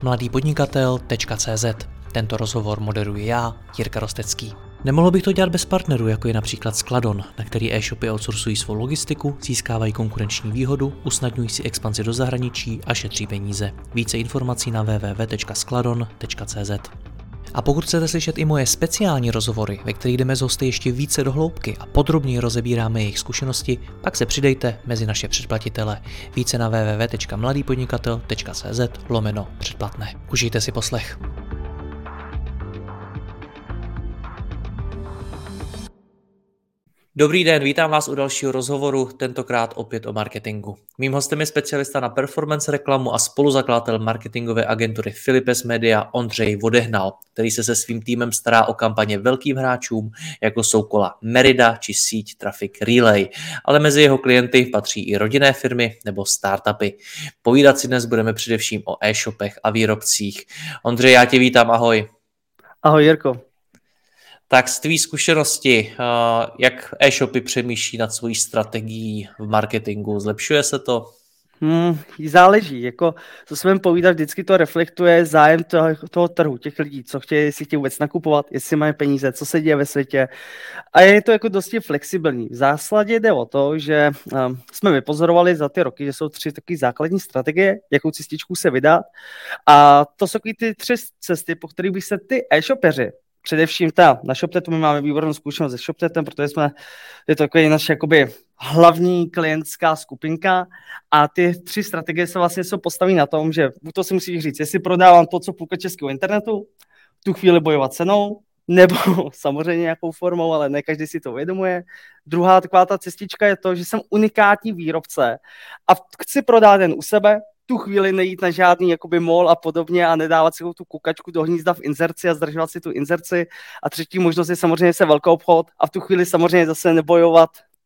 mladýpodnikatel.cz. Tento rozhovor moderuji já, Jirka Rostecký. Nemohl bych to dělat bez partnerů, jako je například Skladon, na který e-shopy outsourcují svou logistiku, získávají konkurenční výhodu, usnadňují si expanzi do zahraničí a šetří peníze. Více informací na www.skladon.cz. A pokud chcete slyšet i moje speciální rozhovory, ve kterých jdeme s hosty ještě více do hloubky a podrobněji rozebíráme jejich zkušenosti, pak se přidejte mezi naše předplatitele. Více na www.mladýpodnikatel.cz/předplatné. Užijte si poslech. Dobrý den, vítám vás u dalšího rozhovoru, tentokrát opět o marketingu. Mým hostem je specialista na performance reklamu a spoluzakladatel marketingové agentury Philipes Media Ondřej Vodehnal, který se svým týmem stará o kampaně velkým hráčům, jako jsou kola Merida či síť Traffic Relay, ale mezi jeho klienty patří i rodinné firmy nebo startupy. Povídat si dnes budeme především o e-shopech a výrobcích. Ondřej, já tě vítám, ahoj. Ahoj Jirko. Tak z tvý zkušenosti, jak e-shopy přemýšlí nad svojí strategií v marketingu? Zlepšuje se to? Záleží. Co se budeme povídat, vždycky to reflektuje zájem toho trhu, těch lidí, co chtějí, jestli chtějí vůbec nakupovat, jestli mají peníze, co se děje ve světě. A je to dosti flexibilní. V zásadě jde o to, že jsme vypozorovali za ty roky, že jsou 3 takové základní strategie, jakou cestičku se vydat. A to jsou ty 3 cesty, po kterých by se ty e-shopeři, především na ShopTetu, my máme výbornou zkušenost se ShopTetem, protože je to takový naše hlavní klientská skupinka a ty 3 strategie se vlastně jsou postaví na tom, že buď to si musíš říct, jestli prodávám to, co půlka českého internetu, v tu chvíli bojovat cenou, nebo samozřejmě nějakou formou, ale ne každý si to uvědomuje. Druhá taková ta cestička je to, že jsem unikátní výrobce a chci prodat jen u sebe, tu chvíli nejít na žádný mall a podobně a nedávat si tu kukačku do hnízda v inzerci a zdržovat si tu inzerci. A třetí možnost je samozřejmě se velkou obchod a v tu chvíli samozřejmě zase nebojovat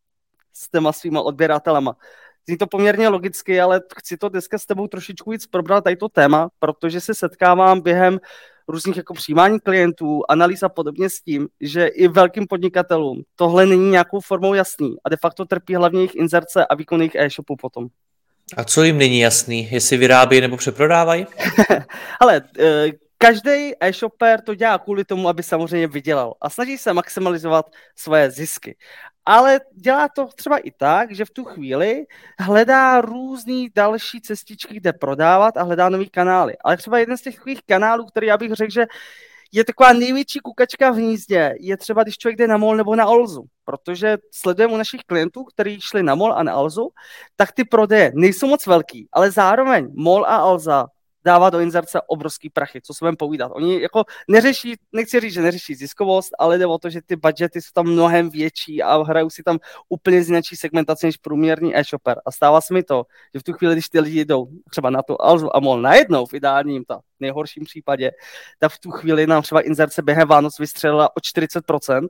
s těma svýma odběratelema. Zní to poměrně logicky, ale chci to dneska s tebou trošičku víc probrat tady to téma, protože se setkávám během různých přijímání klientů, analýz a podobně s tím, že i velkým podnikatelům tohle není nějakou formou jasný a de facto trpí hlavně jejich inzerce a výkon jejich e-shopu potom. A co jim není jasný? Jestli vyrábějí nebo přeprodávají? Ale každý e-shopper to dělá kvůli tomu, aby samozřejmě vydělal a snaží se maximalizovat svoje zisky. Ale dělá to třeba i tak, že v tu chvíli hledá různý další cestičky, kde prodávat a hledá nový kanály. Ale třeba jeden z těch kanálů, který já bych řekl, že je taková největší kukačka v hnízdě, je třeba, když člověk jde na mall nebo na Alzu, protože sledujeme u našich klientů, kteří šli na mall a na Alzu, tak ty prodeje nejsou moc velký, ale zároveň mall a Alza dává do inzerce obrovský prachy, co se budeme povídat. Oni neřeší, nechci říct, že neřeší ziskovost, ale jde o to, že ty budgety jsou tam mnohem větší a hrajou si tam úplně z jináčí segmentace než průměrný e-shopper. A stává se mi to, že v tu chvíli, když ty lidi jdou třeba na tu Alzu a mall najednou, v ideálním nejhorším případě, tak v tu chvíli nám třeba inzerce během Vánoc vystřelila o 40%,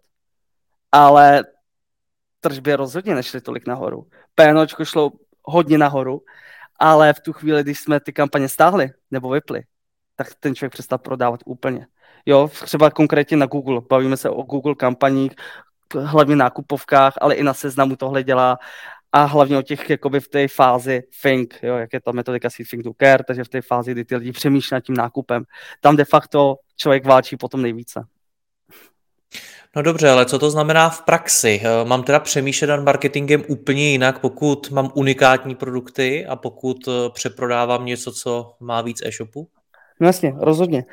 ale tržby rozhodně nešly tolik nahoru. PNOčko šlo hodně nahoru, ale v tu chvíli, když jsme ty kampaně stáhli nebo vypli, tak ten člověk přestal prodávat úplně. Jo, třeba konkrétně na Google, bavíme se o Google kampaních, hlavně nákupovkách, ale i na Seznamu tohle dělá a hlavně o těch v té fázi think, jo, jak je ta metodika think to care, takže v té fázi, kdy ty lidi přemýšlí nad tím nákupem, tam de facto člověk válčí potom nejvíce. No dobře, ale co to znamená v praxi? Mám teda přemýšlet nad marketingem úplně jinak, pokud mám unikátní produkty a pokud přeprodávám něco, co má víc e-shopu? No jasně, rozhodně.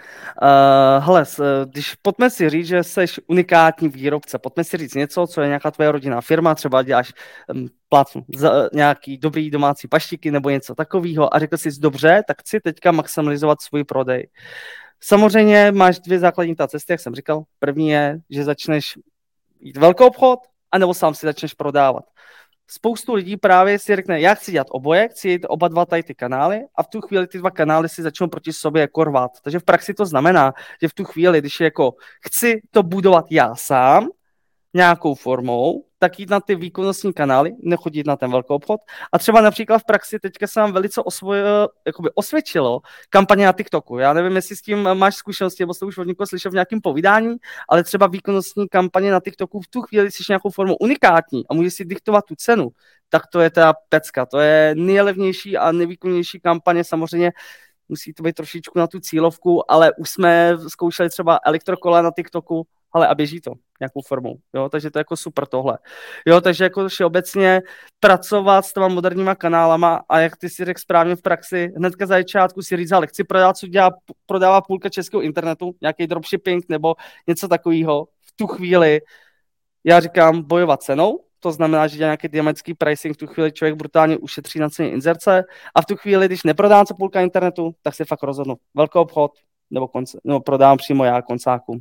Pojďme si říct, že jsi unikátní výrobce, pojďme si říct něco, co je nějaká tvoje rodinná firma, třeba děláš nějaký dobrý domácí paštiky nebo něco takového a řekl jsi dobře, tak chci teďka maximalizovat svůj prodej. Samozřejmě máš 2 základní cesty, jak jsem říkal. První je, že začneš jít velký obchod, anebo sám si začneš prodávat. Spoustu lidí právě si řekne, já chci dělat oboje, chci jít oba 2 ty kanály a v tu chvíli ty 2 kanály si začnou proti sobě rvat. Takže v praxi to znamená, že v tu chvíli, když chci to budovat já sám nějakou formou, tak jít na ty výkonnostní kanály, nechodit na ten velký obchod. A třeba například v praxi teďka se nám velice osvědčilo kampaně na TikToku. Já nevím, jestli s tím máš zkušenosti, nebo jsi to už od někoho slyšel v nějakém povídání, ale třeba výkonnostní kampaně na TikToku v tu chvíli jsi nějakou formou unikátní a můžeš si diktovat tu cenu, tak to je ta pecka. To je nejlevnější a nejvýkonnější kampaně samozřejmě musí to být trošičku na tu cílovku, ale už jsme zkoušeli třeba elektrokola na TikToku, ale a běží to nějakou formou, jo, takže to je jako super tohle. Jo, takže jako všeobecně pracovat s těma moderníma kanálama a jak ty si řekl správně v praxi, hnedka za začátku si říct, ale chci prodávat, co prodává půlka českého internetu, nějaký dropshipping nebo něco takového. V tu chvíli já říkám bojovat cenou, to znamená, že dělá nějaký dynamický pricing, v tu chvíli člověk brutálně ušetří na ceně inzerce a v tu chvíli, když neprodám co půlka internetu, tak si fakt rozhodnu. Velký obchod nebo prodám přímo já koncákům.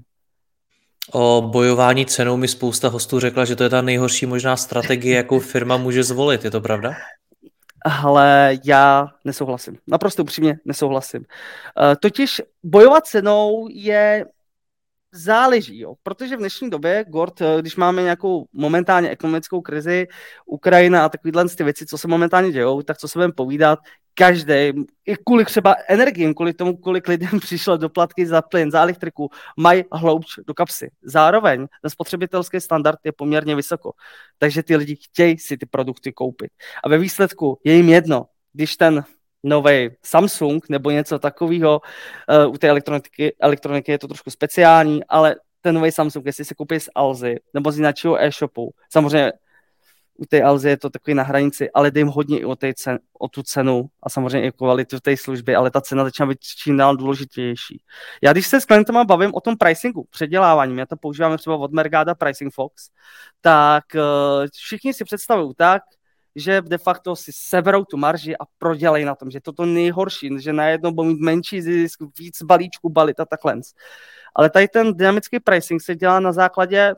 O bojování cenou mi spousta hostů řekla, že to je ta nejhorší možná strategie, jakou firma může zvolit. Je to pravda? Ale já nesouhlasím. Naprosto upřímně nesouhlasím. Totiž bojovat cenou je záleží, jo. Protože v dnešní době, Gord, když máme nějakou momentálně ekonomickou krizi, Ukrajina a takovýhle ty věci, co se momentálně dějou, tak co se budeme povídat, každý, i kvůli třeba energiím, kvůli tomu, kolik lidem přišlo doplatky za plyn, za elektriku, mají hloubč do kapsy. Zároveň ten spotřebitelský standard je poměrně vysoko, takže ty lidi chtějí si ty produkty koupit. A ve výsledku je jim jedno, když ten nový Samsung nebo něco takového, u té elektroniky je to trošku speciální, ale ten nový Samsung, jestli si koupí z Alzy nebo z jiného e-shopu, samozřejmě u té Alzy je to takový na hranici, ale dej jim hodně i o tu cenu a samozřejmě i kvalitu té služby, ale ta cena začíná být čím dál důležitější. Já když se s klientama bavím o tom pricingu, předělávání, já to používáme třeba od Mergada Pricing Fox, tak všichni si představují tak, že de facto si seberou tu marži a prodělají na tom, že to nejhorší, že najednou budou mít menší zisk, víc balíčku balit a takhle. Ale tady ten dynamický pricing se dělá na základě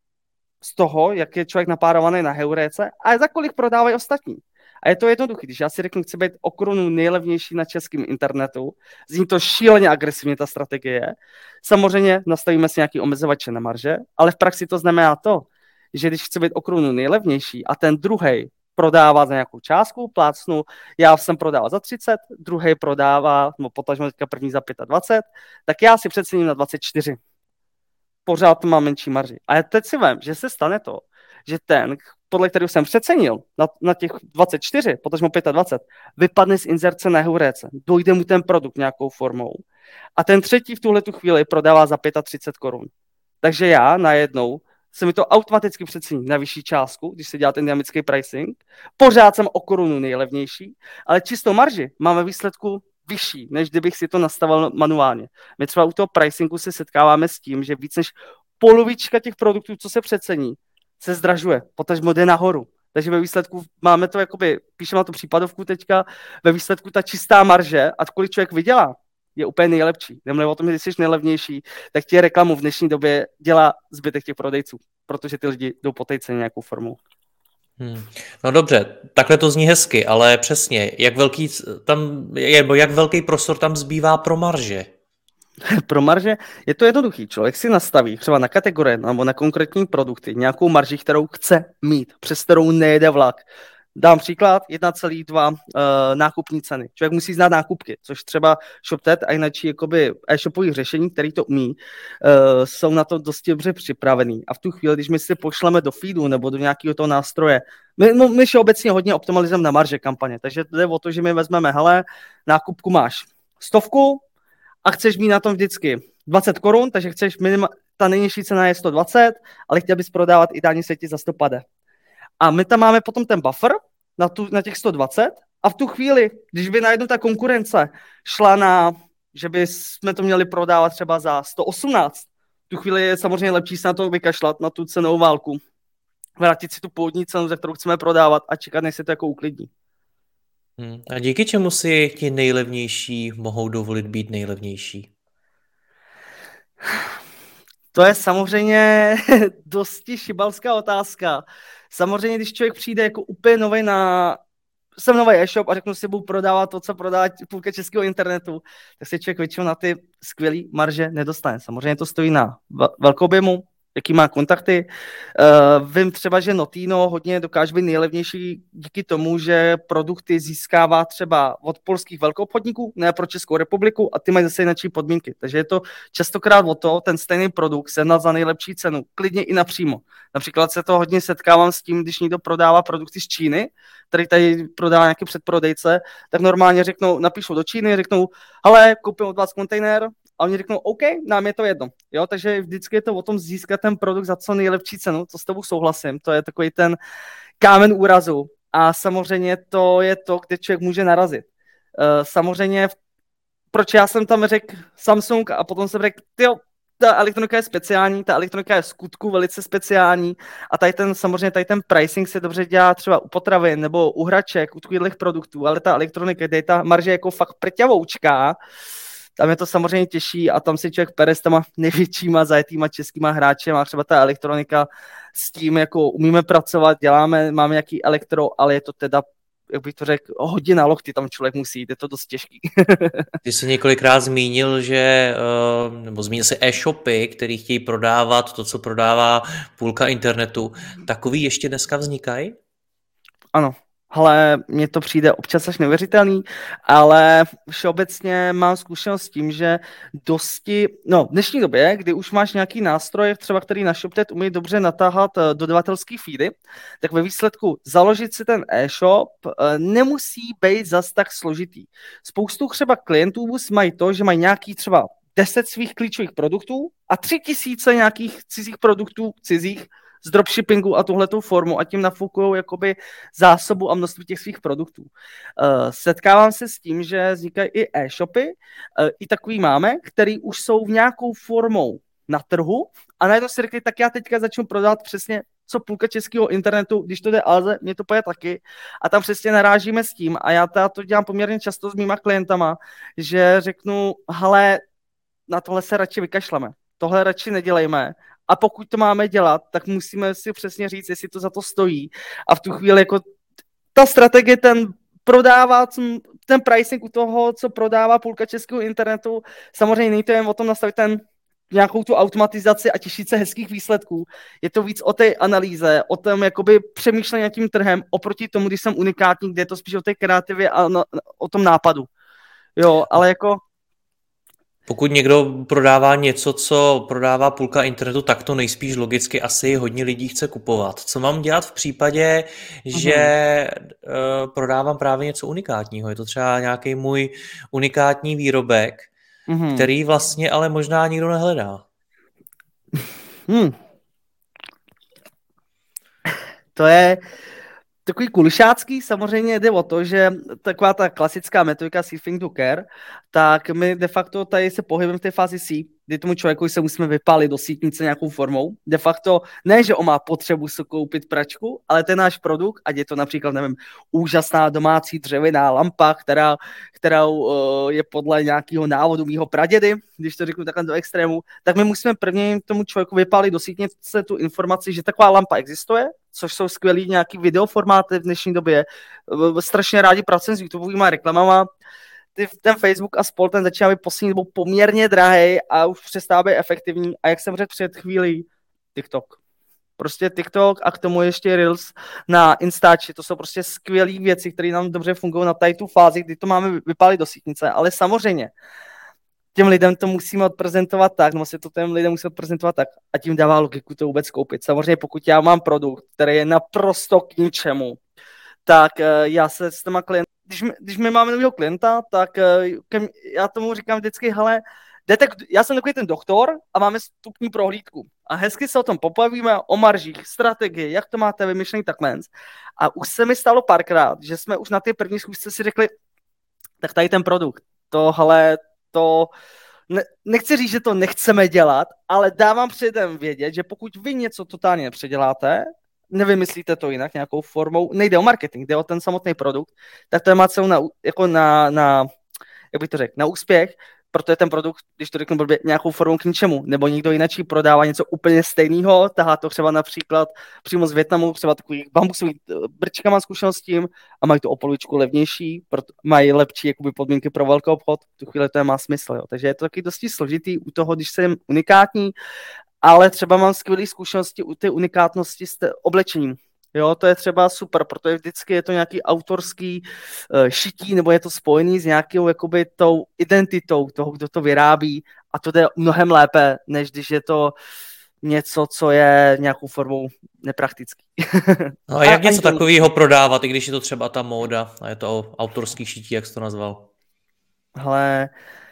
z toho, jak je člověk napárovaný na heuréce a za kolik prodávají ostatní. A je to jednoduché, když já si řeknu, chci být o korunu nejlevnější na českém internetu, zní to šíleně agresivně ta strategie, samozřejmě nastavíme si nějaký omezovače na marže, ale v praxi to znamená to, že když chci být o korunu nejlevnější a ten druhej prodává za nějakou částku, plácnu, já jsem prodával za 30, druhý prodává, no potažmo teďka první za 25, tak já si přecením na 24. Pořád mám menší marži. A teď si vím, že se stane to, že ten, podle kterého jsem přecenil na těch 24, potažmo 25, vypadne z inzerce na heuréce. Dojde mu ten produkt nějakou formou. A ten třetí v tuhletu chvíli prodává za 35 korun. Takže já najednou se mi to automaticky přecení na vyšší částku, když se dělá ten dynamický pricing. Pořád jsem o korunu nejlevnější, ale čistou marži máme výsledku vyšší, než kdybych si to nastavil manuálně. My třeba u toho pricingu se setkáváme s tím, že víc než polovička těch produktů, co se přecení, se zdražuje, potažmo jde nahoru. Takže ve výsledku máme to, jakoby, píšeme na to případovku teďka, ve výsledku ta čistá marže a kolik člověk vydělá, je úplně nejlepší. Nemluvím o tom, že jsi nejlevnější, tak ti reklamu v dnešní době dělá zbytek těch prodejců, protože ty lidi jdou po té ceně nějakou formou. No dobře, takhle to zní hezky, ale přesně, jak velký prostor tam zbývá pro marže? Pro marže je to jednoduchý. Člověk si nastaví třeba na kategorie nebo na konkrétní produkty nějakou marži, kterou chce mít, přes kterou nejede vlak. Dám příklad, 1,2 nákupní ceny. Člověk musí znát nákupky, což třeba ShopTet a jináčí e-shopových řešení, které to umí, jsou na to dosti dobře připravený. A v tu chvíli, když my si pošleme do feedu nebo do nějakého toho nástroje, my obecně hodně optimalizujeme na marže kampaně, takže jde o to, že my vezmeme, hele, nákupku máš 100 a chceš mít na tom vždycky 20 korun, takže chceš ta nejnižší cena je 120, ale chtěl bys prodávat ideálně se ti za 150. A my tam máme potom ten buffer na těch 120 a v tu chvíli, když by najednou ta konkurence šla na, že by jsme to měli prodávat třeba za 118, v tu chvíli je samozřejmě lepší se na to vykašlat, na tu cenovou válku, vrátit si tu původní cenu, za kterou chceme prodávat a čekat, než se to jako uklidní. A díky čemu si ti nejlevnější mohou dovolit být nejlevnější? To je samozřejmě dosti šibalská otázka. Samozřejmě, když člověk přijde jako úplně nový jsem nový e-shop a řeknu si, budu prodávat to, co prodává půlka českého internetu, tak se člověk většinou na ty skvělé marže nedostane. Samozřejmě to stojí na velkou objemu, jaký má kontakty. Vím třeba, že Notino hodně dokáže být nejlevnější díky tomu, že produkty získává třeba od polských velkoobchodníků, ne pro Českou republiku, a ty mají zase jináčí podmínky. Takže je to častokrát o to, ten stejný produkt sehnat za nejlepší cenu, klidně i napřímo. Například se to hodně setkávám s tím, když někdo prodává produkty z Číny, který tady prodává nějaký předprodejce, tak normálně řeknou, napíšou do Číny, řeknou, hele, koupím od vás kontejner, a oni řeknou, OK, nám je to jedno. Jo, takže vždycky je to o tom získat ten produkt za co nejlepší cenu, to s tebou souhlasím, to je takový ten kámen úrazu. A samozřejmě to je to, kde člověk může narazit. Samozřejmě, proč já jsem tam řekl Samsung a potom jsem řekl, ta elektronika je speciální, ta elektronika je v skutku velice speciální a samozřejmě ten pricing se dobře dělá třeba u potravin nebo u hraček, u takových produktů, ale ta elektronika, kde je ta marže jako fakt prťavoučká, tam je to samozřejmě těžší a tam si člověk pere s těma největšíma zajetýma českýma hráčema, třeba ta elektronika s tím, jako umíme pracovat, máme nějaký elektro, ale je to teda, jak bych to řekl, hodně na lokty tam člověk musí jít, je to dost těžký. Ty jsi několikrát zmínil, nebo zmínil jsi e-shopy, který chtějí prodávat to, co prodává půlka internetu. Takový ještě dneska vznikají? Ano. Ale mně to přijde občas až neuvěřitelný, ale všeobecně mám zkušenost s tím, že v dnešní době, kdy už máš nějaký nástroj, třeba který na ShopTet umí dobře natáhat dodavatelský feedy, tak ve výsledku založit si ten e-shop nemusí být zas tak složitý. Spoustu třeba klientů mají to, že mají nějaký třeba 10 svých klíčových produktů a 3000 nějakých cizích produktů, z dropshippingu a tuhletou formu a tím nafukujou jakoby zásobu a množství těch svých produktů. Setkávám se s tím, že vznikají i e-shopy, i takový máme, který už jsou v nějakou formou na trhu a najednou si řekli, tak já teďka začnu prodávat přesně co půlka českého internetu, když to jde Alze, mě to poje taky a tam přesně narážíme s tím a já to dělám poměrně často s mýma klientama, že řeknu, hele, na tohle se radši vykašleme, tohle radši nedělejme. A pokud to máme dělat, tak musíme si přesně říct, jestli to za to stojí. A v tu chvíli jako ta strategie, ten pricing u toho, co prodává půlka českého internetu, samozřejmě není to jen o tom nastavit nějakou tu automatizaci a těšit se hezkých výsledků. Je to víc o té analýze, o tom jakoby přemýšlení nad tím trhem, oproti tomu, když jsem unikátní, kde je to spíš o té kreativě a o tom nápadu. Jo, ale jako pokud někdo prodává něco, co prodává půlka internetu, tak to nejspíš logicky asi hodně lidí chce kupovat. Co mám dělat v případě, že prodávám právě něco unikátního? Je to třeba nějaký můj unikátní výrobek, který vlastně ale možná nikdo nehledá. To je takový kulišácký, samozřejmě jde o to, že taková ta klasická metodika Seeding to Care, tak my de facto tady se pohybujeme v té fázi C, kdy tomu člověku se musíme vypálit do sítnice nějakou formou. De facto ne, že on má potřebu si koupit pračku, ale ten náš produkt, ať je to například, nevím, úžasná domácí dřevěná lampa, která je podle nějakého návodu mýho pradědy, když to řeknu takhle do extrému, tak my musíme prvně tomu člověku vypálit do sítnice tu informaci, že taková lampa existuje, což jsou skvělý nějaký videoformáty v dnešní době. Strašně rádi pracuji s YouTubeovými reklamama. Ten Facebook a spol, ten začíná být poslední dobou poměrně drahý a už přestává být efektivní. A jak jsem řekl před chvílí, TikTok. Prostě TikTok a k tomu ještě Reels na Instači. To jsou prostě skvělé věci, které nám dobře fungují na tady tu fázi, kdy to máme vypálit do sítnice. Ale samozřejmě těm lidem to musíme odprezentovat tak, nebo si to těm lidem musíme odprezentovat tak a tím dává logiku to vůbec koupit. Samozřejmě pokud já mám produkt, který je naprosto k ničemu, tak já se s těma klienty, když my máme nového klienta, tak já tomu říkám vždycky, hele, já jsem takový ten doktor a máme vstupní prohlídku. A hezky se o tom popavíme, o maržích, strategii, jak to máte vymyšlený takhle. A už se mi stalo párkrát, že jsme už na té první schůzce si řekli, tak tady ten produkt, nechci říct, že to nechceme dělat, ale dávám předem vědět, že pokud vy něco totálně nepředěláte, nevymyslíte to jinak nějakou formou, nejde o marketing, jde o ten samotný produkt, tak to má cenu jak bych to řekl, na úspěch, protože ten produkt, když to řeknu blbě, nějakou formou k ničemu, nebo někdo jináčí prodává něco úplně stejného, tahá to třeba například přímo z Vietnamu, třeba takový bambusový brčka má zkušenost s tím a mají to o polovičku levnější, mají lepší jakoby, podmínky pro velký obchod, v tu chvíli to má smysl. Jo. Takže je to taky dosti složitý u toho, když jsem unikátní, ale třeba mám skvělé zkušenosti u té unikátnosti s oblečením. Jo, to je třeba super, protože vždycky je to nějaký autorský šití, nebo je to spojený s nějakou jakoby tou identitou toho, kdo to vyrábí, a to jde mnohem lépe, než když je to něco, co je nějakou formou nepraktický. No a jak něco takového prodávat, i když je to třeba ta móda a je to autorský šití, jak jsi to nazval? Hele,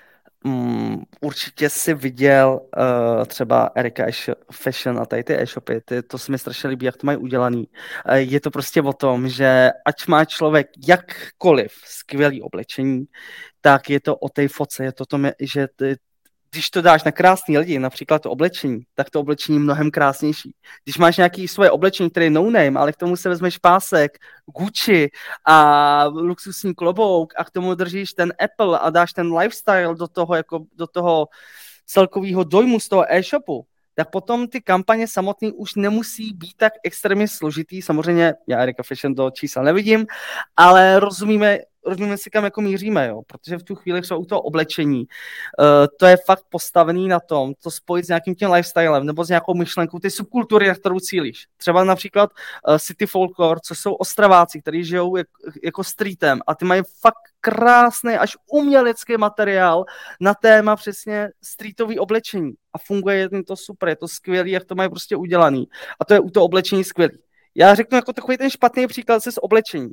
určitě si viděl třeba Erika Fashion a tady ty e-shopy, to se mi strašně líbí, jak to mají udělaný. Je to prostě o tom, že ať má člověk jakkoliv skvělý oblečení, tak je to o té fotce, je to tom, že když to dáš na krásný lidi, například to oblečení, tak to oblečení je mnohem krásnější. Když máš nějaký svoje oblečení, které je no name, ale k tomu se vezmeš pásek, Gucci a luxusní klobouk a k tomu držíš ten Apple a dáš ten lifestyle do toho celkového dojmu z toho e-shopu, tak potom ty kampaně samotný už nemusí být tak extrémně složitý. Samozřejmě já Erika Fashion do čísel nevidím, ale rozumíme si, kam jako míříme, jo? Protože v tu chvíli třeba u toho oblečení to je fakt postavený na tom, to spojit s nějakým tím lifestylem nebo s nějakou myšlenkou ty subkultury, na kterou cílíš. Třeba například City Folklore, co jsou Ostraváci, kteří žijou jako streetem a ty mají fakt krásný až umělecký materiál na téma přesně streetový oblečení a funguje to super, je to skvělý, jak to mají prostě udělaný a to je u toho oblečení skvělý. Já řeknu jako takový ten špatný příklad se s oblečení.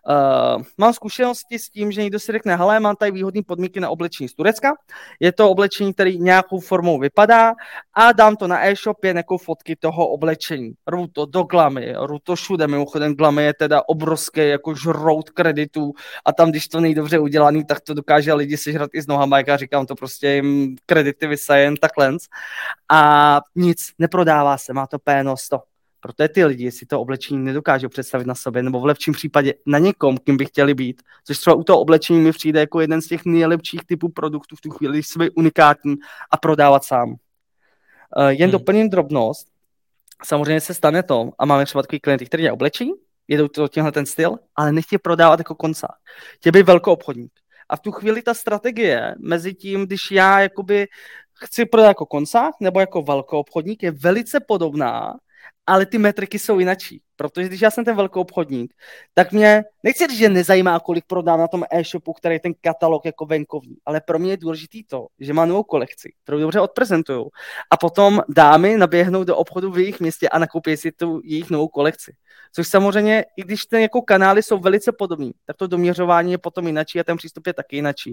Mám zkušenosti s tím, že někdo si řekne, hele, mám tady výhodné podmínky na oblečení z Turecka, je to oblečení, který nějakou formou vypadá a dám to na e-shopě nějakou fotky toho oblečení. Rvu to do Glamy, rvu to všude, mimochodem Glamy je teda obrovský jako žrout kreditů a tam, když to není dobře udělaný, tak to dokáže lidi sežrat i s nohama, jak já říkám, to prostě jim kredity vysají jen takhle. A nic, neprodává se, má to P100. Protože ty lidi si to oblečení nedokážou představit na sobě, nebo v lepším případě na někom, kým by chtěli být. Což třeba u toho oblečení mi přijde jako jeden z těch nejlepších typů produktů v tu chvíli, když se být unikátní a prodávat sám. Jen doplním drobnost. Samozřejmě se stane to, a máme třeba takový klienty, kteří dělají oblečení, jedou to tímhle ten styl, ale nechtějí prodávat jako koncák. Chtějí být velkoobchodník. A v tu chvíli ta strategie mezi tím, když já jakoby chci prodat jako koncák nebo jako velkoobchodník, je velice podobná, ale ty metriky jsou jinačí, protože když já jsem ten velký obchodník, tak mě, nechci říct, že nezajímá, kolik prodám na tom e-shopu, který je ten katalog jako venkovní, ale pro mě je důležitý to, že má novou kolekci, kterou dobře odprezentují a potom dámy naběhnou do obchodu v jejich městě a nakoupí si tu jejich novou kolekci. Což samozřejmě, i když ten jako kanály jsou velice podobný, tak to doměřování je potom jinačí a ten přístup je taky jinačí.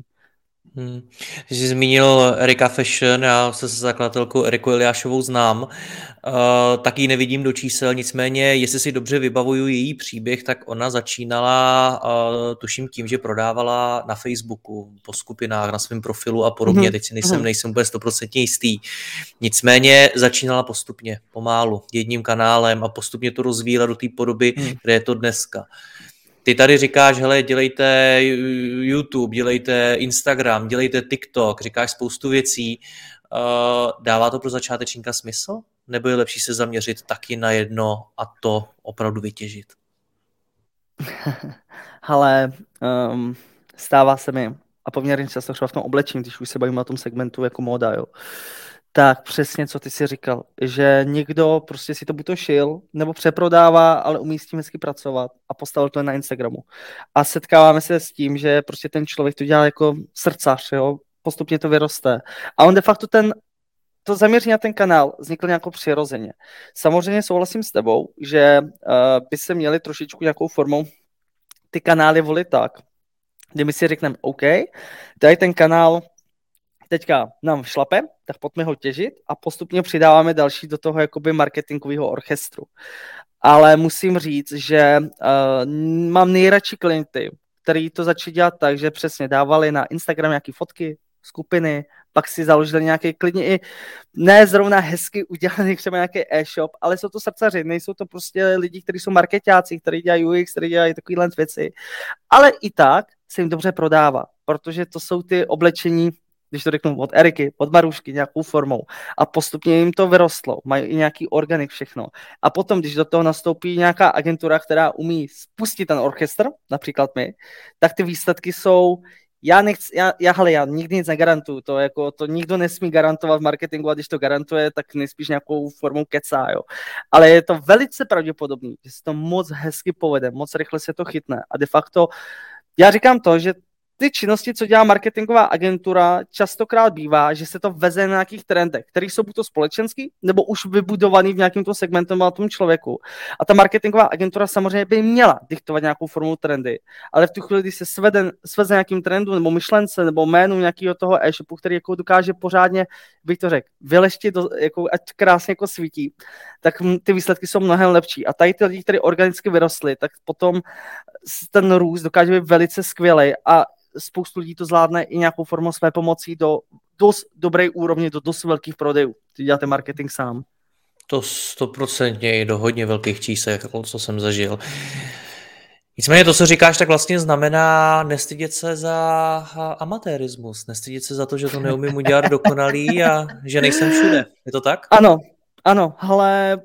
Jsi zmínil Erika Fashion, já se zakladatelkou Eriku Eliášovou znám, tak ji nevidím do čísel, nicméně, jestli si dobře vybavuju její příběh, tak ona začínala, tuším tím, že prodávala na Facebooku, po skupinách, na svém profilu a podobně, teď si nejsem úplně 100% jistý. Nicméně začínala postupně, pomálu, jedním kanálem a postupně to rozvíjela do té podoby, kde je to dneska. Ty tady říkáš, hele, dělejte YouTube, dělejte Instagram, dělejte TikTok, říkáš spoustu věcí. Dává to pro začátečníka smysl? Nebo je lepší se zaměřit taky na jedno a to opravdu vytěžit? Ale stává se mi, a poměrně často třeba v tom oblečení, když už se bavíme o tom segmentu jako móda, jo, tak přesně, co ty si říkal, že někdo prostě si to buď to šil, nebo přeprodává, ale umí s tím hezky pracovat a postavil to na Instagramu. A setkáváme se s tím, že prostě ten člověk to dělá jako srdcař, jo, postupně to vyroste. A on de facto to zaměření na ten kanál vznikl nějakou přirozeně. Samozřejmě souhlasím s tebou, že by se měli trošičku nějakou formou ty kanály volit tak, kdy my si řekneme, OK, tady ten kanál teďka nám šlape, tak pojďme ho těžit a postupně přidáváme další do toho jakoby marketingového orchestru. Ale musím říct, že mám nejradši klienty, který to začali dělat tak, že přesně dávali na Instagram nějaké fotky, skupiny, pak si založili nějaké klidně i ne zrovna hezky udělaný třeba nějaký e-shop, ale jsou to srdcaři, nejsou to prostě lidi, kteří jsou marketáci, kteří dělají UX, kteří dělají takovýhle věci. Ale i tak se jim dobře prodává, protože to jsou ty oblečení, když to řeknu od Eriky, od Marušky nějakou formou a postupně jim to vyrostlo, mají i nějaký organik všechno. A potom, když do toho nastoupí nějaká agentura, která umí spustit ten orchestr, například my, tak ty výsledky jsou já nikdy nic negarantuju, to nikdo nesmí garantovat v marketingu, a když to garantuje, tak nejspíš nějakou formou kecá, jo. Ale je to velice pravděpodobný, že se to moc hezky povede, moc rychle se to chytne a de facto já říkám to, že ty činnosti, co dělá marketingová agentura, častokrát bývá, že se to veze na nějakých trendech, které jsou buď to společenský, nebo už vybudovaný v nějakém segmentu na tom člověku. A ta marketingová agentura samozřejmě by měla diktovat nějakou formu trendy, ale v tu chvíli, kdy se sveze nějakým trendu, nebo myšlence, nebo jménu nějakého toho e-shopu, který jako dokáže pořádně, bych to řekl, vyleštit, jako, ať krásně jako svítí, tak ty výsledky jsou mnohem lepší. A tady ty lidi, kteří organicky vyrostli, tak potom ten růst dokáže být velice skvělý a spoustu lidí to zvládne i nějakou formou své pomocí do dost dobré úrovně, do dost velkých prodejů. Ty děláte marketing sám. To 100% i do hodně velkých čísel, co jsem zažil. Nicméně to, co říkáš, tak vlastně znamená nestydět se za amatérismus, nestydět se za to, že to neumím udělat dokonalý a že nejsem všude. Je to tak? Ano, ale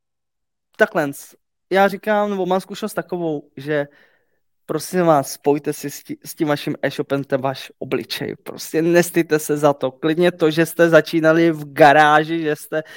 takhle. Já říkám, nebo mám zkušenost takovou, že prosím vás, spojte si s tím vaším e-shopem ten váš obličej. Prostě nestýte se za to. Klidně to, že jste začínali v garáži,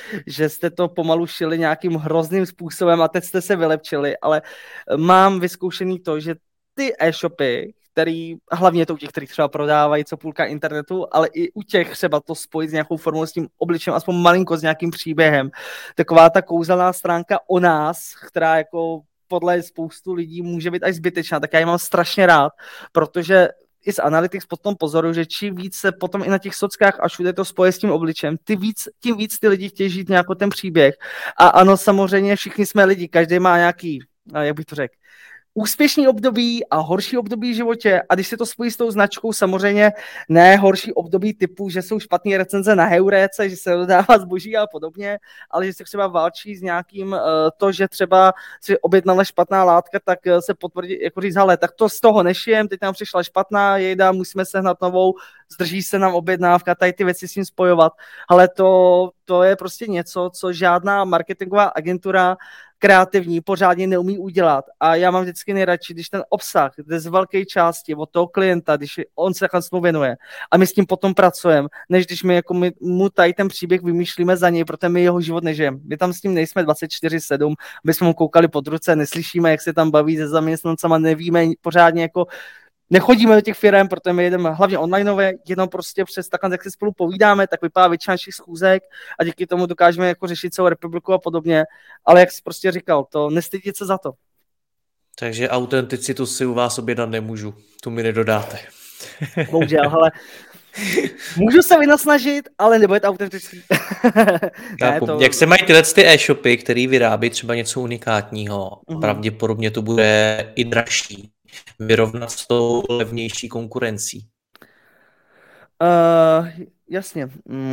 že jste to pomalu šili nějakým hrozným způsobem a teď jste se vylepčili, ale mám vyzkoušený to, že ty e-shopy, hlavně to u těch, kteří třeba prodávají co půlka internetu, ale i u těch třeba to spojit s nějakou formou, s tím obličem, aspoň malinko s nějakým příběhem. Taková ta kouzelná stránka o nás, která jako podle spoustu lidí může být až zbytečná, tak já ji mám strašně rád, protože i z Analytics potom pozoruju, že čím víc se potom i na těch sockách a všude to spoje s tím obličem, tím víc ty lidi chtějí žít nějaký ten příběh. A ano, samozřejmě všichni jsme lidi, každý má nějaký, jak bych to řekl, úspěšný období a horší období v životě a když se to spojí s tou značkou, samozřejmě ne horší období typu, že jsou špatné recenze na Heuréce, že se dodává zboží a podobně, ale že se třeba válčí s nějakým to, že třeba si objednala špatná látka, tak se potvrdí, jako říct, hele, tak to z toho nešijem, teď nám přišla špatná, jejda, musíme sehnat novou, zdrží se nám objednávka, tady ty věci s tím spojovat, ale to je prostě něco, co žádná marketingová agentura kreativní pořádně neumí udělat. A já mám vždycky nejradši, když ten obsah jde z velké části od toho klienta, když on se takhle věnuje a my s tím potom pracujeme, než když my mu tady ten příběh vymýšlíme za něj, protože my jeho život nežijeme. My tam s tím nejsme 24/7, my jsme mu koukali pod ruce, neslyšíme, jak se tam baví se zaměstnancama, nevíme pořádně jako nechodíme do těch firem, protože my jedeme hlavně onlineové, jenom prostě přes takhle, jak si spolu povídáme, tak vypadá většina našich schůzek a díky tomu dokážeme jako řešit celou republiku a podobně. Ale jak jsi prostě říkal, to nestydit se za to. Takže autenticitu si u vás objednat nemůžu, tu mi nedodáte. Bohužel, ale můžu se vynasnažit, ale nebude to autentický. Jak se mají tyhle ty e-shopy, který vyrábí třeba něco unikátního, pravděpodobně to bude i dražší, vyrovnat s tou levnější konkurencí? Jasně.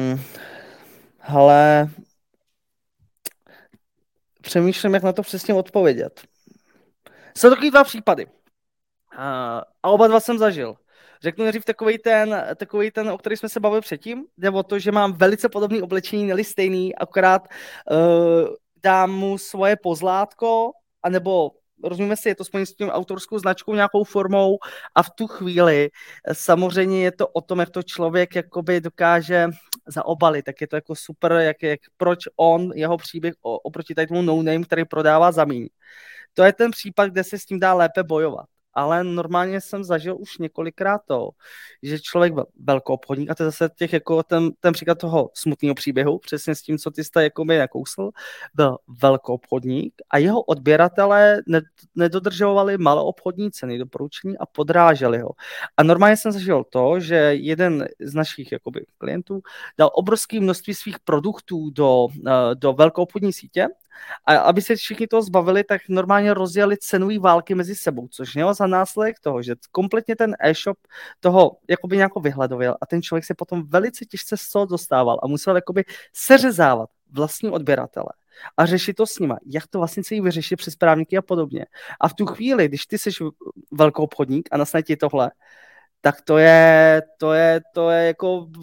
Ale přemýšlím, jak na to přesně odpovědět. Jsou takový dva případy. A oba dva jsem zažil. Řeknu nejdřív takový ten, o který jsme se bavili předtím, jde o to, že mám velice podobný oblečení, neli stejný, akorát dám mu svoje pozlátko, anebo rozumíme si, je to spojené s tím autorskou značkou nějakou formou a v tu chvíli samozřejmě je to o tom, jak to člověk jakoby dokáže zaobalit, tak je to jako super, proč jeho příběh oproti tady tomu no-name, který prodává za míň. To je ten případ, kde se s tím dá lépe bojovat. Ale normálně jsem zažil už několikrát to, že člověk byl velkoobchodník, a to je zase jako ten příklad toho smutného příběhu, přesně s tím, co ty jste jako mi nakousl, byl velkoobchodník a jeho odběratelé nedodržovali maloobchodní ceny, doporučení a podráželi ho. A normálně jsem zažil to, že jeden z našich jakoby klientů dal obrovské množství svých produktů do velkoobchodní sítě. A aby se všichni toho zbavili, tak normálně rozjeli cenové války mezi sebou, což mělo za následek toho, že kompletně ten e-shop toho jakoby nějak vyhledoval a ten člověk se potom velice těžce z toho dostával a musel jakoby seřezávat vlastní odběratele a řešit to s nima, jak to vlastně celý vyřešit přes právníky a podobně. A v tu chvíli, když ty jsi velkoobchodník a nasne ti tohle, tak to je jako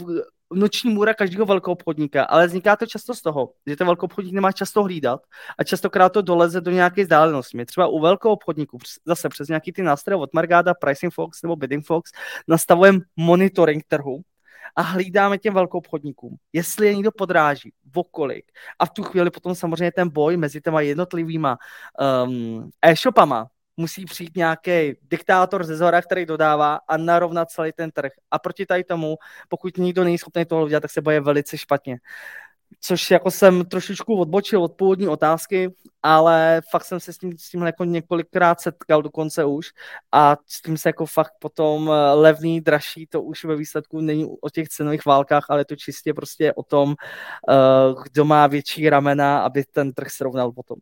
noční můra každého velkoobchodníka, ale vzniká to často z toho, že ten velkoobchodník nemá často hlídat a častokrát to doleze do nějaké vzdálenosti. My třeba u velkoobchodníků zase přes nějaký ty nástroje od Margada, Pricing Fox nebo Bidding Fox nastavujeme monitoring trhu a hlídáme těm velkoobchodníkům, jestli je někdo podráží, vokolik. A v tu chvíli potom samozřejmě ten boj mezi těma jednotlivýma e-shopama musí přijít nějaký diktátor ze zhora, který dodává a narovnat celý ten trh. A proti tady tomu, pokud nikdo není schopný toho udělat, tak se boje velice špatně. Což jako jsem trošičku odbočil od původní otázky, ale fakt jsem se s tím jako několikrát setkal dokonce už a s tím se jako fakt potom levný, dražší, to už ve výsledku není o těch cenových válkách, ale to čistě prostě o tom, kdo má větší ramena, aby ten trh srovnal potom.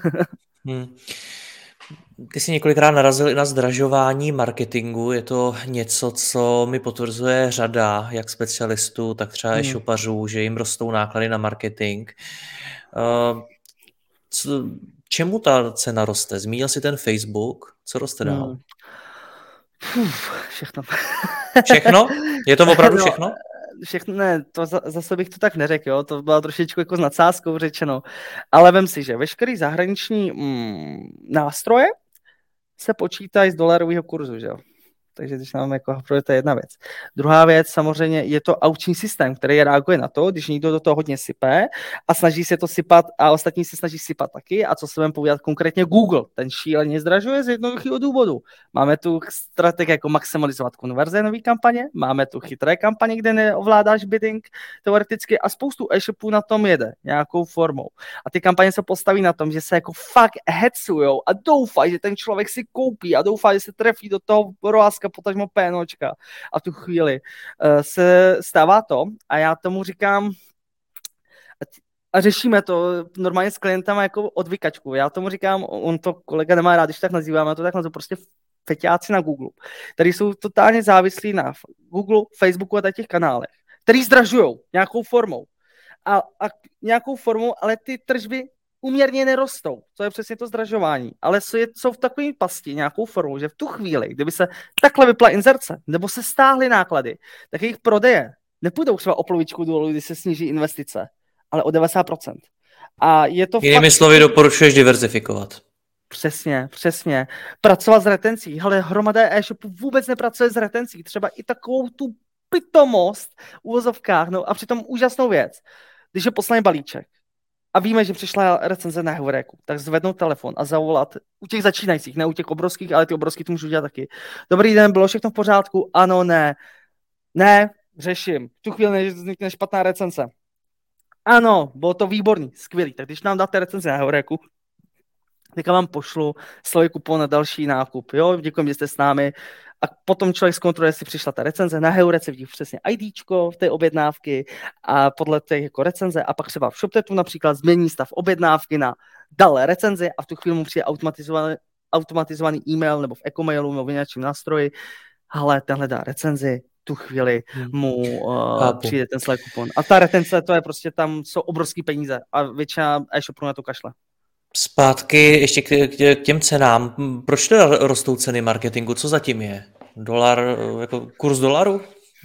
Ty jsi několikrát narazil i na zdražování marketingu. Je to něco, co mi potvrzuje řada jak specialistů, tak třeba e-shopařů, že jim rostou náklady na marketing. Čemu ta cena roste? Zmínil jsi ten Facebook. Co roste dál? Všechno. Všechno? Je to opravdu všechno? Všechno, ne, to zase bych to tak neřekl, jo? To bylo trošičku jako s nadsázkou řečeno, ale vem si, že veškerý zahraniční nástroje se počítají z dolarového kurzu, že jo. Takže když nám jako to je jedna věc. Druhá věc, samozřejmě je to aukční systém, který reaguje na to, když někdo do toho hodně sype a snaží se to sypat a ostatní se snaží sypat taky. A co se budeme povídat konkrétně Google, ten šíleně zdražuje z jednoduchého důvodu. Máme tu strategii jako maximalizovat konverze nové kampaně, máme tu chytré kampaně, kde neovládáš bidding teoreticky a spoustu e-shopů na tom jede nějakou formou. A ty kampaně se postaví na tom, že se jako fakt hecujou a doufají, že ten člověk si koupí a doufají, že se trefí do toho roháska, potažmo PNOčka a v tu chvíli se stává to a já tomu říkám a řešíme to normálně s klientama jako odvykačku. Já tomu říkám, on to kolega nemá rád, když tak nazýváme, to tak nazvu prostě feťáci na Google, který jsou totálně závislí na Google, Facebooku a těch kanálech, který zdražujou nějakou formou a nějakou formou, ale ty tržby úměrně nerostou. To je přesně to zdražování. Ale jsou v takové pasti nějakou formou, že v tu chvíli, kdyby se takhle vypla inzerce, nebo se stáhly náklady, tak jejich prodeje nepůjdou třeba o polovičku dolů, když se sníží investice, ale o 90%. A je to jinými slovy doporučuješ diverzifikovat. Přesně. Pracovat s retencí. Hele, hromada e-shopů vůbec nepracuje s retencí. Třeba i takovou tu pitomost v uvozovkách, no a přitom úžasnou věc. Když je poslaný balíček, a víme, že přišla recenze na Heuréku, tak zvednout telefon a zavolat u těch začínajících, ne u těch obrovských, ale ty obrovský to můžu dělat taky. Dobrý den, bylo všechno v pořádku? Ano, ne, řeším. V tu chvíli vznikne špatná recenze. Ano, bylo to výborný, skvělý. Tak když nám dáte recenzi na Heuréku, tak vám pošlu slevy kupon na další nákup. Jo, děkuji, že jste s námi. A potom člověk zkontroluje, jestli přišla ta recenze. Na Heurece vidí přesně IDčko v té objednávky a podle té jako recenze a pak třeba v ShopTetu například změní stav objednávky na dal recenzi a v tu chvíli mu přijde automatizovaný e-mail nebo v e-mailu nebo v nějakém nástroji. Ale tenhle dá recenzi, tu chvíli mu přijde ten slevy kupon. A ta retence, to je prostě tam jsou obrovský peníze a většina e-shopů na to kašle. Zpátky ještě k těm cenám. Proč teda rostou ceny marketingu? Co zatím je? Dolar, jako kurz dolaru?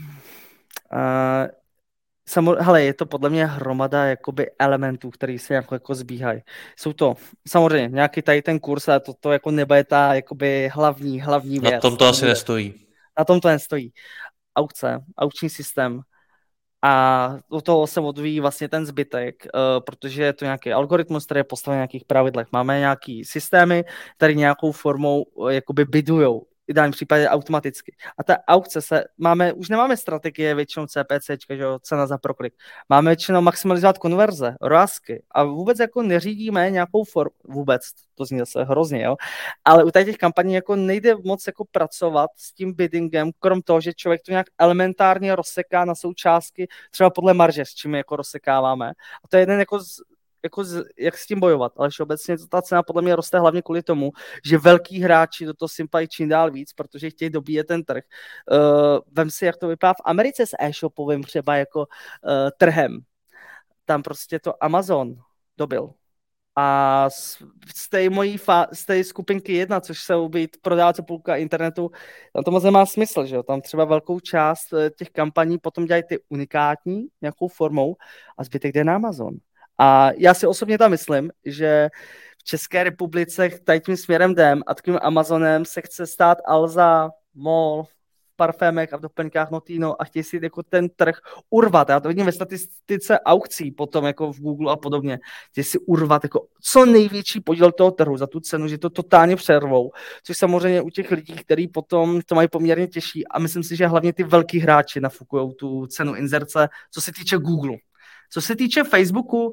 Hele, je to podle mě hromada jakoby elementů, které se jako zbíhají. Jsou to samozřejmě nějaký tady ten kurz, ale to jako nebude ta jakoby hlavní věc. Na tom to asi nestojí. Na tom to nestojí. Aukce, aukční systém. A od toho se odvíjí vlastně ten zbytek, protože je to nějaký algoritmus, který je postaven na nějakých pravidlech. Máme nějaký systémy, které nějakou formou jakoby bidujou, v ideálním případě automaticky. A ta aukce už nemáme strategie většinou CPC, že jo, cena za proklik. Máme většinou maximalizovat konverze, ROASky a vůbec jako neřídíme nějakou formu, vůbec, to zní zase hrozně, jo, ale u těch kampaní jako nejde moc jako pracovat s tím biddingem, krom toho, že člověk to nějak elementárně rozseká na součástky, třeba podle marže, s čím jako rozsekáváme. A to je jeden jak s tím bojovat, ale obecně ta cena podle mě roste hlavně kvůli tomu, že velký hráči do toho sympají čím dál víc, protože chtějí dobíjet ten trh. Vem si, jak to vypadá v Americe s e-shopovým třeba jako trhem. Tam prostě to Amazon dobil. A z té skupinky 1, což jsou být prodávací půlka internetu, tam to moc nemá smysl, že jo? Tam třeba velkou část těch kampaní potom dělají ty unikátní nějakou formou a zbytek jde na Amazon. A já si osobně tam myslím, že v České republice tady tím směrem jdem a takovým Amazonem se chce stát Alza, MOL, parfémech a v doplňkách Notino a chtějí si jako ten trh urvat. Já to vidím ve statistice aukcí potom jako v Google a podobně. Chtějí si urvat jako co největší podíl toho trhu za tu cenu, že to totálně přervou. Což samozřejmě u těch lidí, kteří potom to mají poměrně těžší a myslím si, že hlavně ty velký hráči nafukujou tu cenu inzerce, co se týče Google. Co se týče Facebooku,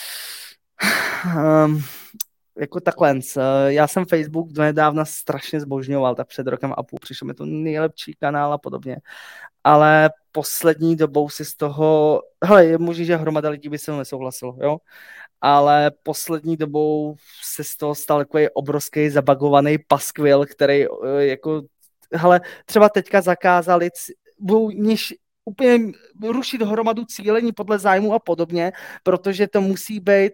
jako takhle, já jsem Facebook donedávna strašně zbožňoval, tak před rokem a půl přišel mi to nejlepší kanál a podobně, ale poslední dobou si z toho, hele, je možný, že hromada lidí by se mnou nesouhlasilo, jo, ale poslední dobou se z toho stal takový obrovský zabagovaný paskvil, který jako, hele, třeba teďka zakázali, úplně rušit hromadu cílení podle zájmu a podobně, protože to musí být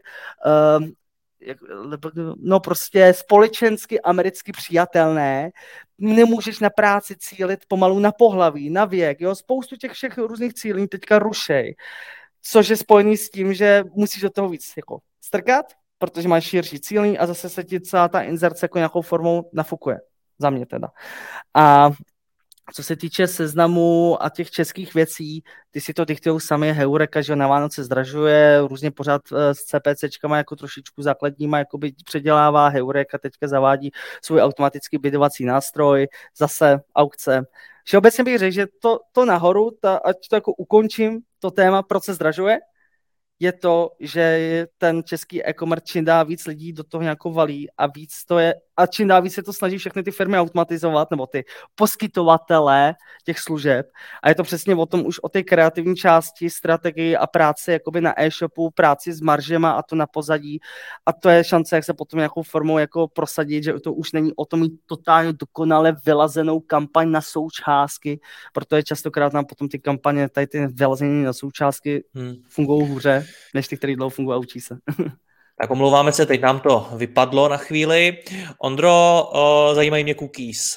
no prostě společensky americky přijatelné. Nemůžeš na práci cílit pomalu na pohlaví, na věk, jo, spoustu těch všech různých cílení teďka rušej, což je spojený s tím, že musíš do toho víc jako strkat, protože máš širší cílení a zase se ti celá ta inzerce jako nějakou formou nafukuje. Za mě teda. A co se týče Seznamu a těch českých věcí, ty si to diktujou sami, Heureka, že na Vánoce zdražuje, různě pořád s CPCčkama jako trošičku základníma jakoby předělává, Heureka teďka zavádí svůj automatický bidovací nástroj, zase aukce. Všeobecně bych řekl, že to nahoru, ať to jako ukončím, to téma, proč se zdražuje, je to, že ten český e-commerce čím dál víc lidí do toho nějakou valí a víc to je, a čím dál víc se to snaží všechny ty firmy automatizovat, nebo ty poskytovatelé těch služeb. A je to přesně o tom už o té kreativní části, strategii a práci jakoby na e-shopu, práci s maržema a to na pozadí. A to je šance, jak se potom nějakou formou jako prosadit, že to už není o tom mít totálně dokonale vylazenou kampaň na součástky, protože častokrát nám potom ty kampaně, tady ty vylazení na součástky fungují hůře, než ty, které dlouho fungují a učí se. Tak omlouváme se, teď nám to vypadlo na chvíli. Ondro, zajímají mě cookies.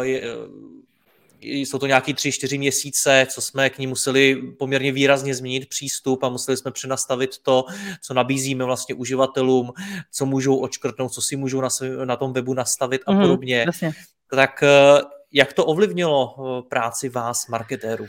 Jsou to nějaký 3-4 měsíce, co jsme k ní museli poměrně výrazně změnit přístup a museli jsme přenastavit to, co nabízíme vlastně uživatelům, co můžou odškrtnout, co si můžou na tom webu nastavit a podobně. Jasně. Tak jak to ovlivnilo práci vás, marketérů?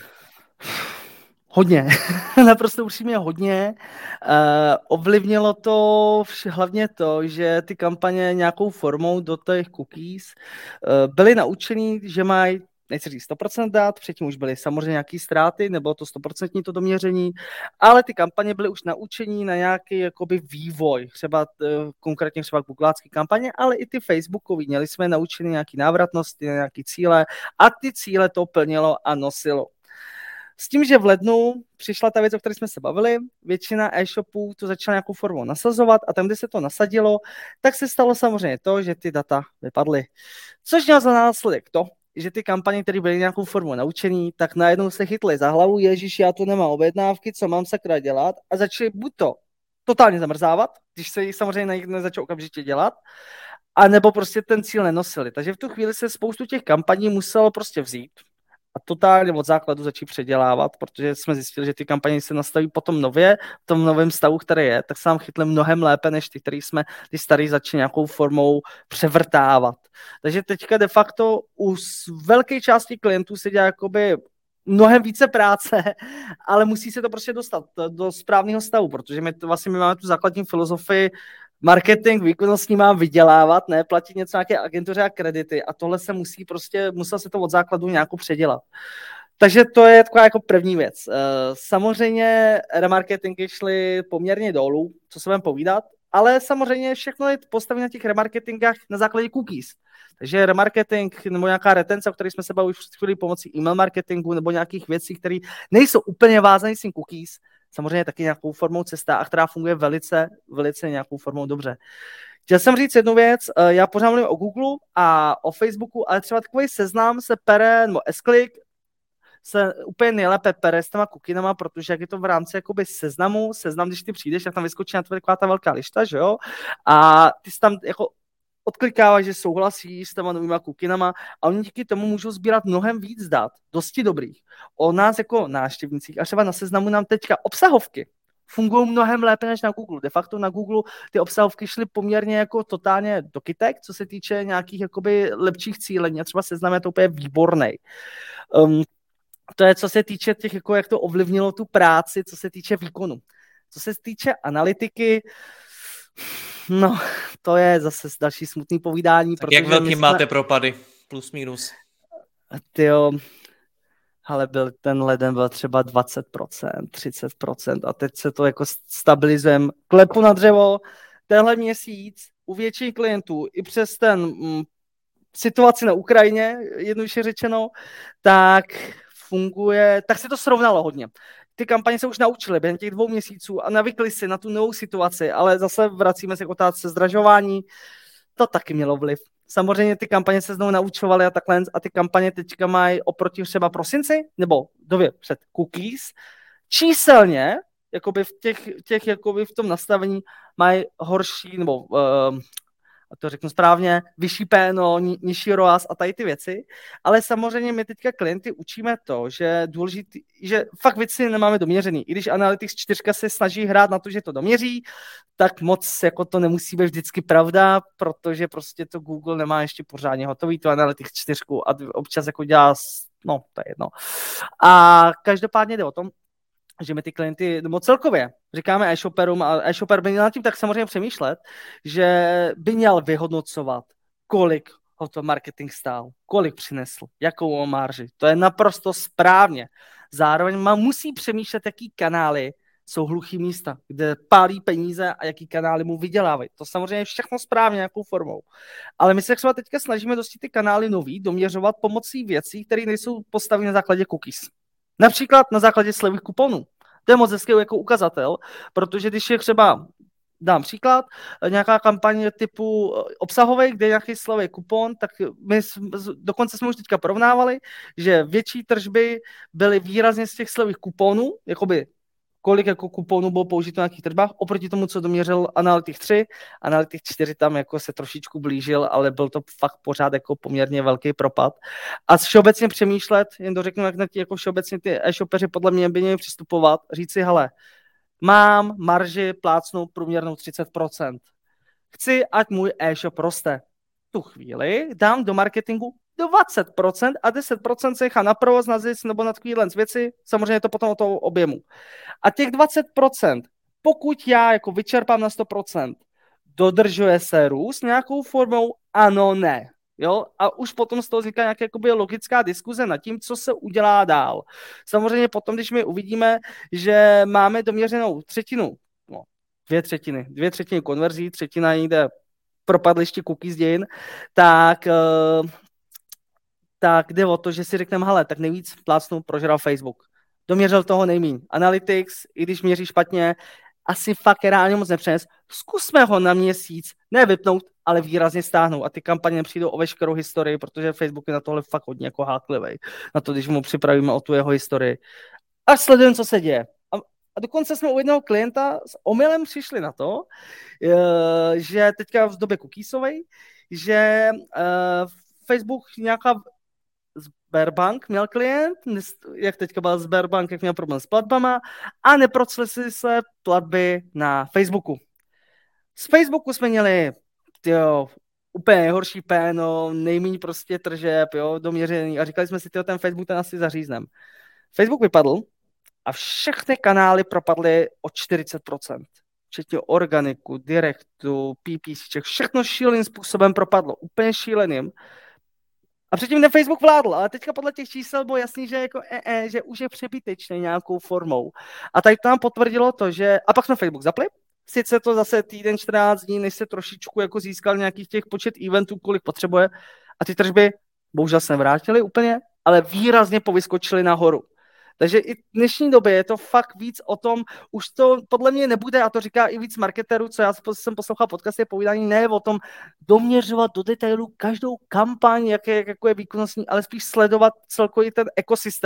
Hodně, naprosto upřímně hodně. Ovlivnilo to hlavně to, že ty kampaně nějakou formou do těch cookies byly naučený, že mají, nechci říct 100% dat, předtím už byly samozřejmě nějaké ztráty, nebylo to 100% to doměření, ale ty kampaně byly už naučení na nějaký jakoby vývoj, třeba konkrétně třeba googlácké kampaně, ale i ty facebookový, měli jsme naučený nějaký návratnosti, nějaký cíle a ty cíle to plnilo a nosilo. S tím, že v lednu přišla ta věc, o které jsme se bavili, většina e-shopů to začala nějakou formou nasazovat a tam, kde se to nasadilo, tak se stalo samozřejmě to, že ty data vypadly. Což mělo za následek to, že ty kampaně, které byly nějakou formou naučený, tak najednou se chytly za hlavu, ježiš, já tu nemám objednávky, co mám sakra dělat, a začali buď to totálně zamrzávat, když se jich samozřejmě nezačal okamžitě dělat, a nebo prostě ten cíl nenosili. Takže v tu chvíli se spoustu těch kampaní muselo prostě vzít a totálně od základu začít předělávat, protože jsme zjistili, že ty kampaně se nastaví potom nově, v tom novém stavu, který je, tak se nám chytli mnohem lépe, než ty, který jsme ty starý začali nějakou formou převrtávat. Takže teďka de facto u velké části klientů se dělá jakoby mnohem více práce, ale musí se to prostě dostat do správného stavu, protože my máme tu základní filozofii, marketing výkonnostní má vydělávat, ne platit něco nějaké agentuře a kredity, a tohle se musel se to od základu nějakou předělat. Takže to je taková jako první věc. Samozřejmě remarketingy šly poměrně dolů, co se budeme povídat, ale samozřejmě všechno je postavené na těch remarketingách na základě cookies. Takže remarketing nebo nějaká retence, o které jsme se bavili před chvíli pomocí email marketingu nebo nějakých věcí, které nejsou úplně vázané s tím cookies, samozřejmě taky nějakou formou cesta a která funguje velice, velice nějakou formou dobře. Chtěl jsem říct jednu věc, já pořád mluvím o Google a o Facebooku, ale třeba takový Seznam se pere, nebo S-Click se úplně nejlépe pere s těma cookinama, protože jak je to v rámci jakoby seznam, když ty přijdeš, tak tam vyskočí na tebe taková ta velká lišta, že jo? A ty jsi tam jako odklikáváš, že souhlasíš s těma novýma cookinama a oni díky tomu můžou sbírat mnohem víc dat, dosti dobrých. O nás jako návštěvnících a třeba na seznamu nám teďka obsahovky fungují mnohem lépe než na Google. De facto na Google ty obsahovky šly poměrně jako totálně do kytek, co se týče nějakých jakoby lepších cílení. A třeba seznam je to úplně výborný. To je, co se týče těch, jako jak to ovlivnilo tu práci, co se týče výkonu. Co se týče analytiky, no, to je zase další smutný povídání. Tak jak velký máte propady? Plus, minus? Tyjo, ale ten leden byl třeba 20%, 30% a teď se to jako stabilizujeme. Klepu na dřevo, tenhle měsíc u větších klientů i přes ten situaci na Ukrajině, jednoduše řečeno, tak funguje, tak se to srovnalo hodně. Ty kampaně se už naučily během těch 2 měsíců a navykli si na tu novou situaci, ale zase vracíme se k otázce zdražování, to taky mělo vliv. Samozřejmě ty kampaně se znovu naučovaly a takhle a ty kampaně teďka mají oproti třeba prosinci nebo době před cookies číselně, jakoby v těch jakoby v tom nastavení mají horší nebo a to řeknu správně, vyšší PNO, nižší ROAS a tady ty věci, ale samozřejmě my teďka klienty učíme to, že důležitý, že fakt věci nemáme doměřený. I když Analytics 4 se snaží hrát na to, že to doměří, tak moc jako to nemusí být vždycky pravda, protože prostě to Google nemá ještě pořádně hotový, tu Analytics 4 a občas jako dělá, no to je jedno. A každopádně jde o tom, že my ty klienty, nebo celkově říkáme e-shopperům a e-shopper by měl nad tím tak samozřejmě přemýšlet, že by měl vyhodnocovat, kolik ho to marketing stál, kolik přinesl, jakou marži. To je naprosto správně. Zároveň musí přemýšlet, jaký kanály jsou hluchý místa, kde pálí peníze a jaký kanály mu vydělávají. To samozřejmě je všechno správně, jakou formou. Ale my se třeba teďka snažíme dosti ty kanály nový doměřovat pomocí věcí, které nejsou postaveny na základě cookies. Například na základě slevých kuponů. To je moc hezký jako ukazatel, protože když je třeba, dám příklad, nějaká kampaně typu obsahovej, kde je nějaký slevý kupon, tak my dokonce jsme už teďka porovnávali, že větší tržby byly výrazně z těch slevých kuponů, jakoby kolik jako kuponů bylo použito na nějakých tržbách, oproti tomu, co doměřil Analytics 3. Analytics 4 tam jako se trošičku blížil, ale byl to fakt pořád jako poměrně velký propad. A všeobecně přemýšlet, jen to řeknu, jak na ti jako všeobecně ty e-shopeři podle mě by měli přistupovat, říct si, hele, mám marži plácnou průměrnou 30%. Chci, ať můj e-shop roste. Tu chvíli dám do marketingu 20% a 10% se nechá na provoz, na zisk nebo na takovýhle věci, samozřejmě je to potom o toho objemu. A těch 20%, pokud já jako vyčerpám na 100%, dodržuje se růst nějakou formou? Ano, ne. Jo? A už potom z toho vzniká nějaká jakoby logická diskuze nad tím, co se udělá dál. Samozřejmě potom, když my uvidíme, že máme doměřenou třetinu, no, 2/3 konverzí, třetina někde propadliště cookies dějin, tak jde o to, že si řekneme, hele, tak nejvíc plácnou prožral Facebook. Doměřil toho nejmíň. Analytics, i když měří špatně, asi fakt reálně moc nepřines. Zkusme ho na měsíc ne vypnout, ale výrazně stáhnout. A ty kampaně přijdou o veškerou historii, protože Facebook je na tohle fakt hodně jako háklivej. Na to, když mu připravíme o tu jeho historii. A sledujeme, co se děje. A dokonce jsme u jednoho klienta s omylem přišli na to, že teďka v době cookiesovej, že Facebook nějaká Sberbank měl klient, jak teďka byl Sberbank, jak měl problém s platbama a neprocesily se platby na Facebooku. Z Facebooku jsme měli úplně nejhorší PNO, nejméně prostě tržeb, doměřený a říkali jsme si, ten Facebook ten asi zaříznem. Facebook vypadl a všechny kanály propadly o 40%. Včetně organiku, direktu, PPC, všechno šíleným způsobem propadlo, úplně šíleným. A předtím ten Facebook vládl, ale teďka podle těch čísel bylo jasný, že, jako že už je přebytečný nějakou formou. A tady to nám potvrdilo to, že... A pak jsme Facebook zapli. Sice to zase týden, 14 dní, než se trošičku jako získal nějakých těch počet eventů, kolik potřebuje. A ty tržby bohužel se nevrátily úplně, ale výrazně povyskočily nahoru. Takže i v dnešní době je to fakt víc o tom, už to podle mě nebude, a to říká i víc marketerů, co já jsem poslouchal podcasty, povídání, ne o tom doměřovat do detailu každou kampaň, jako je výkonnostní, ale spíš sledovat celkový ten ekosystém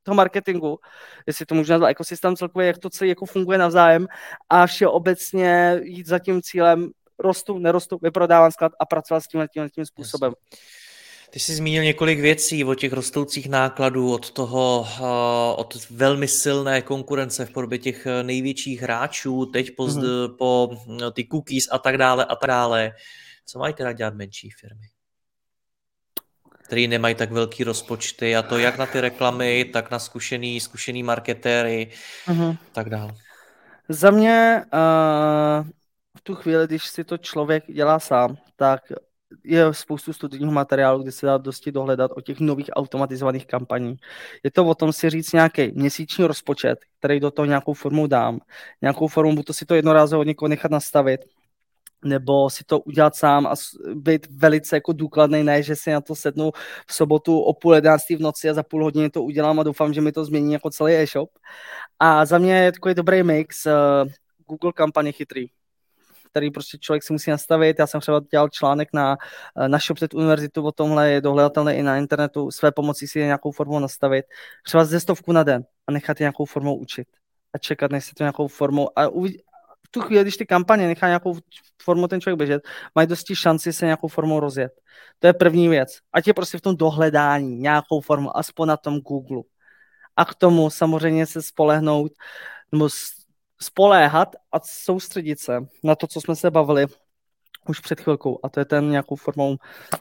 toho marketingu, jestli to můžu nazvat ekosystém celkově, jak to celé jako funguje navzájem a všeobecně jít za tím cílem nerostu, vyprodávám sklad a pracovat s tím způsobem. Ty jsi zmínil několik věcí o těch rostoucích nákladů, od velmi silné konkurence v podobě těch největších hráčů, teď po ty cookies a tak dále. Co mají teda dělat menší firmy, který nemají tak velký rozpočty, a to jak na ty reklamy, tak na zkušený marketéry, tak dále? Za mě v tu chvíli, když si to člověk dělá sám, tak je spoustu studijního materiálu, kde se dá dosti dohledat o těch nových automatizovaných kampaních. Je to o tom si říct nějaký měsíční rozpočet, který do toho nějakou formou dám. Nějakou formou, buď to si to jednorázově od někoho nechat nastavit, nebo si to udělat sám a být velice jako důkladný, ne, že si na to sednu v sobotu o 10:30 v noci a za půl hodiny to udělám a doufám, že mi to změní jako celý e-shop. A za mě je takový dobrý mix Google kampaně chytrý, který prostě člověk si musí nastavit. Já jsem třeba dělal článek na ShopSet univerzitu o tomhle, je dohledatelný i na internetu, své pomocí si je nějakou formou nastavit, třeba ze 100 na den a nechat je nějakou formou učit a čekat, než si to nějakou formou a v tu chvíli, když ty kampaně nechá nějakou formu ten člověk běžet, mají dosti šanci se nějakou formou rozjet. To je první věc. Ať je prostě v tom dohledání nějakou formu, aspoň na tom Google. A k tomu samozřejmě se spolehnout, nebo spoléhat a soustředit se na to, co jsme se bavili už před chvilkou. A to je ten nějakou formou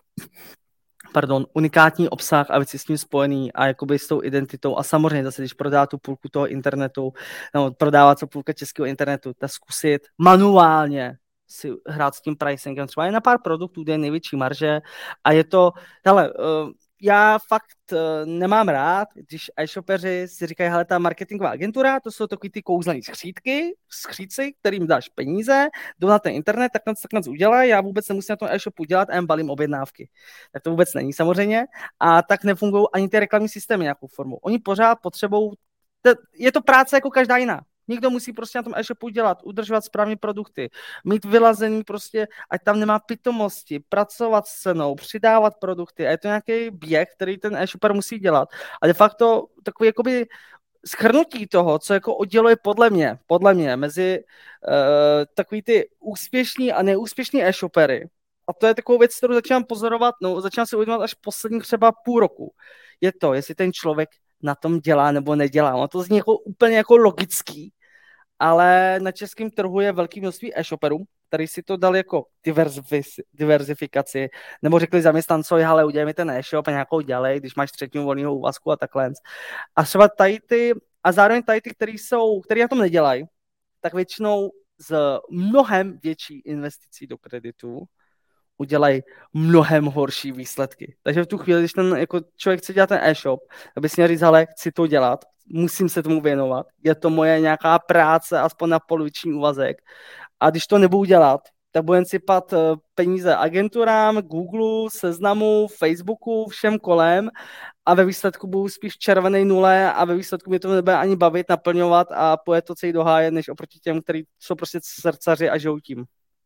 unikátní obsah a věci s tím spojený a jakoby s tou identitou. A samozřejmě zase, když prodá tu půlku toho internetu, nebo prodává co půlka českého internetu, tak zkusit manuálně si hrát s tím pricingem. Třeba je na pár produktů, kde je největší marže a je to, hele, já fakt nemám rád, když e-shopeři si říkají, hele, ta marketingová agentura, to jsou takový ty kouzlený skříci, kterým dáš peníze, jdou na ten internet, tak udělají, já vůbec nemusím na tom e-shopu dělat a jen balím objednávky. Tak to vůbec není samozřejmě a tak nefungují ani ty reklamní systémy nějakou formou. Oni pořád potřebují, je to práce jako každá jiná. Někdo musí prostě na tom e-shopu dělat, udržovat správně produkty, mít vylazený prostě, ať tam nemá pitomosti, pracovat s cenou, přidávat produkty a je to nějaký běh, který ten e-shopper musí dělat. A de facto takový jakoby shrnutí toho, co jako odděluje podle mě mezi takový ty úspěšní a neúspěšní e-shoppery. A to je takovou věc, kterou začínám pozorovat, začínám si uvědomovat až posledních třeba půl roku. Je to, jestli ten člověk na tom dělá nebo nedělá. A to zní jako úplně jako logický, ale na českém trhu je velké množství e-shopperů, který si to dali jako diverzifikaci, nebo řekli zaměstnancovi, ale udělej mi ten e-shop a nějakou dělej, když máš třetinu volného úvazku a takhle. A třeba zároveň tady ty, který na tom nedělají, tak většinou s mnohem větší investicí do kreditu udělají mnohem horší výsledky. Takže v tu chvíli, když ten jako člověk chce dělat ten e-shop, aby si měl říct, hele, chci to dělat, musím se tomu věnovat, je to moje nějaká práce, aspoň na poloviční úvazek. A když to nebudu dělat, tak budem sypat peníze agenturám, Google, Seznamu, Facebooku, všem kolem a ve výsledku budu spíš v červené nule a ve výsledku mě to nebude ani bavit, naplňovat a poje to celý do háje, než oproti těm, kteří jsou prostě srdcaři a žijou tím.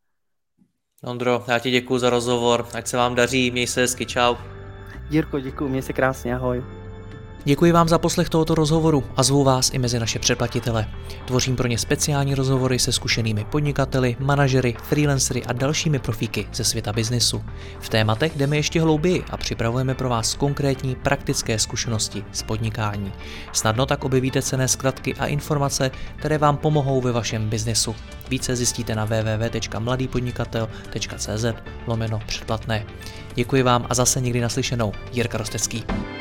Ondro, já ti děkuju za rozhovor, ať se vám daří, měj se hezky, čau. Jirko, děkuju, měj se krásně, ahoj. Děkuji vám za poslech tohoto rozhovoru a zvu vás i mezi naše předplatitele. Tvořím pro ně speciální rozhovory se zkušenými podnikateli, manažery, freelancery a dalšími profíky ze světa biznisu. V tématech jdeme ještě hlouběji a připravujeme pro vás konkrétní praktické zkušenosti z podnikání. Snadno tak objevíte cenné zkratky a informace, které vám pomohou ve vašem biznisu. Více zjistíte na www.mladýpodnikatel.cz/předplatné. Děkuji vám a zase někdy naslyšenou. Jirka Rostecký.